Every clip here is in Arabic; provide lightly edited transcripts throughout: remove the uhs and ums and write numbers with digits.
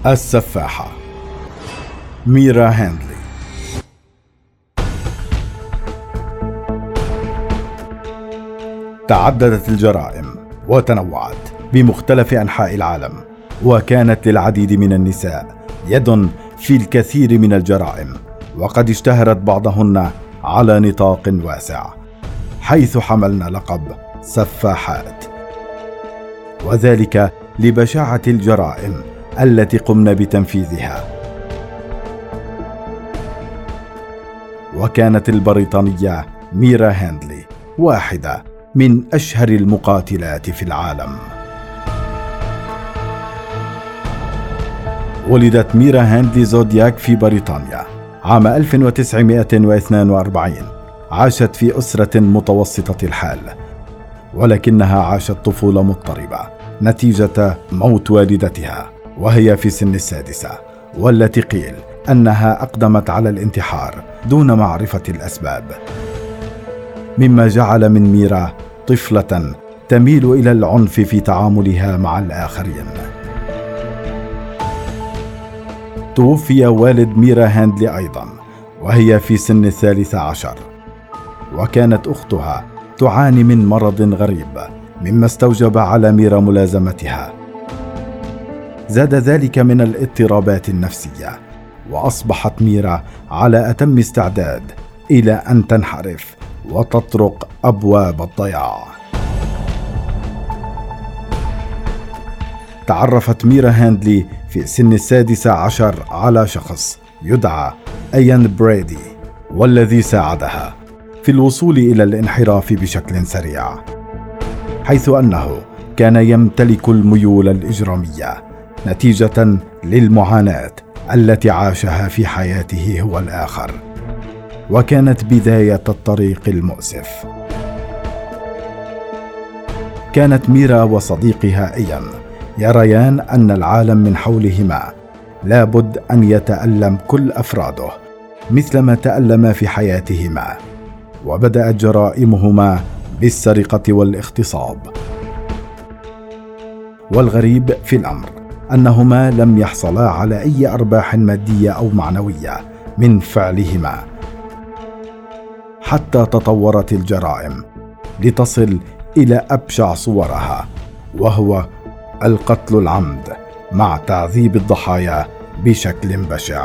السفاحة ميرا هاندلي. تعددت الجرائم وتنوعت بمختلف أنحاء العالم، وكانت للعديد من النساء يد في الكثير من الجرائم، وقد اشتهرت بعضهن على نطاق واسع، حيث حملن لقب سفاحات، وذلك لبشاعة الجرائم التي قمن بتنفيذها. وكانت البريطانية ميرا هاندلي واحدة من أشهر المقاتلات في العالم. ولدت ميرا هاندلي زودياك في بريطانيا عام 1942. عاشت في أسرة متوسطة الحال، ولكنها عاشت طفولة مضطربة نتيجة موت والدتها وهي في سن 6، والتي قيل أنها أقدمت على الانتحار دون معرفة الأسباب، مما جعل من ميرا طفلة تميل إلى العنف في تعاملها مع الآخرين. توفي والد ميرا هاندلي أيضا وهي في سن 13، وكانت أختها تعاني من مرض غريب مما استوجب على ميرا ملازمتها. زاد ذلك من الاضطرابات النفسية، وأصبحت ميرا على أتم استعداد إلى أن تنحرف وتطرق أبواب الضياع. تعرفت ميرا هاندلي في سن 16 على شخص يدعى إيان بريدي، والذي ساعدها في الوصول إلى الانحراف بشكل سريع، حيث أنه كان يمتلك الميول الإجرامية نتيجة للمعاناة التي عاشها في حياته هو الآخر. وكانت بداية الطريق المؤسف. كانت ميرا وصديقها إيان يريان أن العالم من حولهما لابد أن يتألم كل أفراده مثلما تألم في حياتهما، وبدأت جرائمهما بالسرقة والاغتصاب. والغريب في الأمر أنهما لم يحصلا على أي أرباح مادية أو معنوية من فعلهما، حتى تطورت الجرائم لتصل إلى أبشع صورها، وهو القتل العمد مع تعذيب الضحايا بشكل بشع.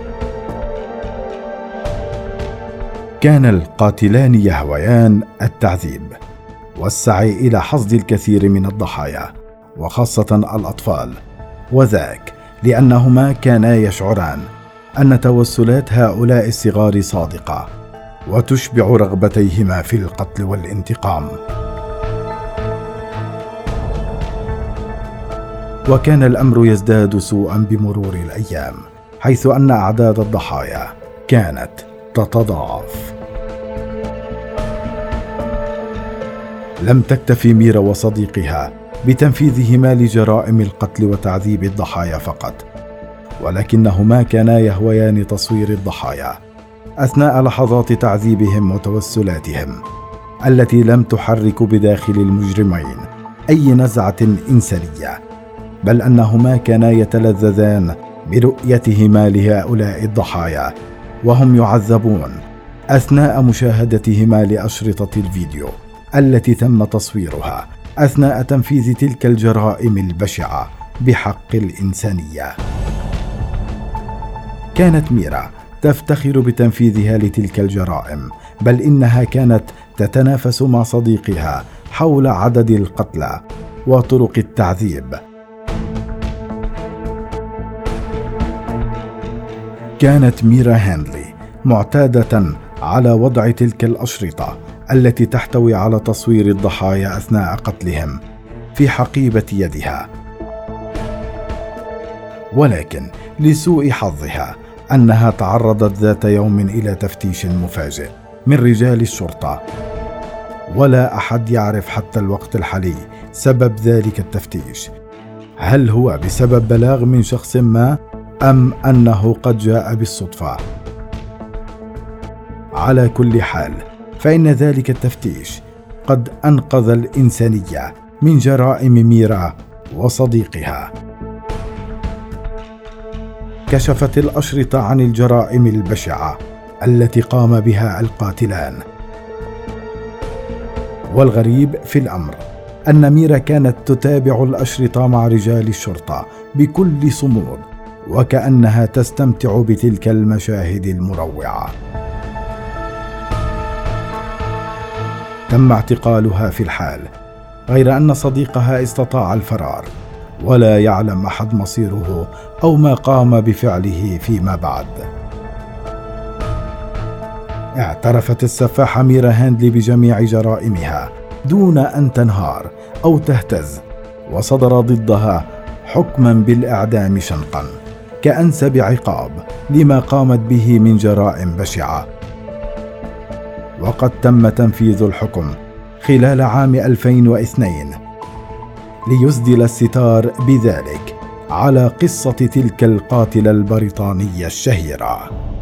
كان القاتلان يهويان التعذيب والسعي إلى حصد الكثير من الضحايا، وخاصة الأطفال، وذاك لأنهما كانا يشعران أن توسلات هؤلاء الصغار صادقة وتشبع رغبتيهما في القتل والانتقام. وكان الأمر يزداد سوءا بمرور الأيام، حيث أن أعداد الضحايا كانت تتضاعف. لم تكتفي ميرا وصديقها بتنفيذهما لجرائم القتل وتعذيب الضحايا فقط، ولكنهما كانا يهويان تصوير الضحايا أثناء لحظات تعذيبهم وتوسلاتهم، التي لم تحرك بداخل المجرمين أي نزعة إنسانية، بل أنهما كانا يتلذذان برؤيتهما لهؤلاء الضحايا وهم يعذبون أثناء مشاهدتهما لأشرطة الفيديو التي تم تصويرها أثناء تنفيذ تلك الجرائم البشعة بحق الإنسانية. كانت ميرا تفتخر بتنفيذها لتلك الجرائم، بل إنها كانت تتنافس مع صديقها حول عدد القتلى وطرق التعذيب. كانت ميرا هاندلي معتادة على وضع تلك الأشرطة التي تحتوي على تصوير الضحايا أثناء قتلهم في حقيبة يدها، ولكن لسوء حظها أنها تعرضت ذات يوم إلى تفتيش مفاجئ من رجال الشرطة، ولا أحد يعرف حتى الوقت الحالي سبب ذلك التفتيش. هل هو بسبب بلاغ من شخص ما أم أنه قد جاء بالصدفة؟ على كل حال، فإن ذلك التفتيش قد أنقذ الإنسانية من جرائم ميرا وصديقها. كشفت الأشرطة عن الجرائم البشعة التي قام بها القاتلان. والغريب في الأمر أن ميرا كانت تتابع الأشرطة مع رجال الشرطة بكل صمود، وكأنها تستمتع بتلك المشاهد المروعة. تم اعتقالها في الحال، غير أن صديقها استطاع الفرار، ولا يعلم أحد مصيره أو ما قام بفعله فيما بعد. اعترفت السفاحة ميرا هاندلي بجميع جرائمها دون أن تنهار أو تهتز، وصدر ضدها حكما بالإعدام شنقا كأنسب عقاب لما قامت به من جرائم بشعة. وقد تم تنفيذ الحكم خلال عام 2002 ليسدل الستار بذلك على قصة تلك القاتلة البريطانية الشهيرة.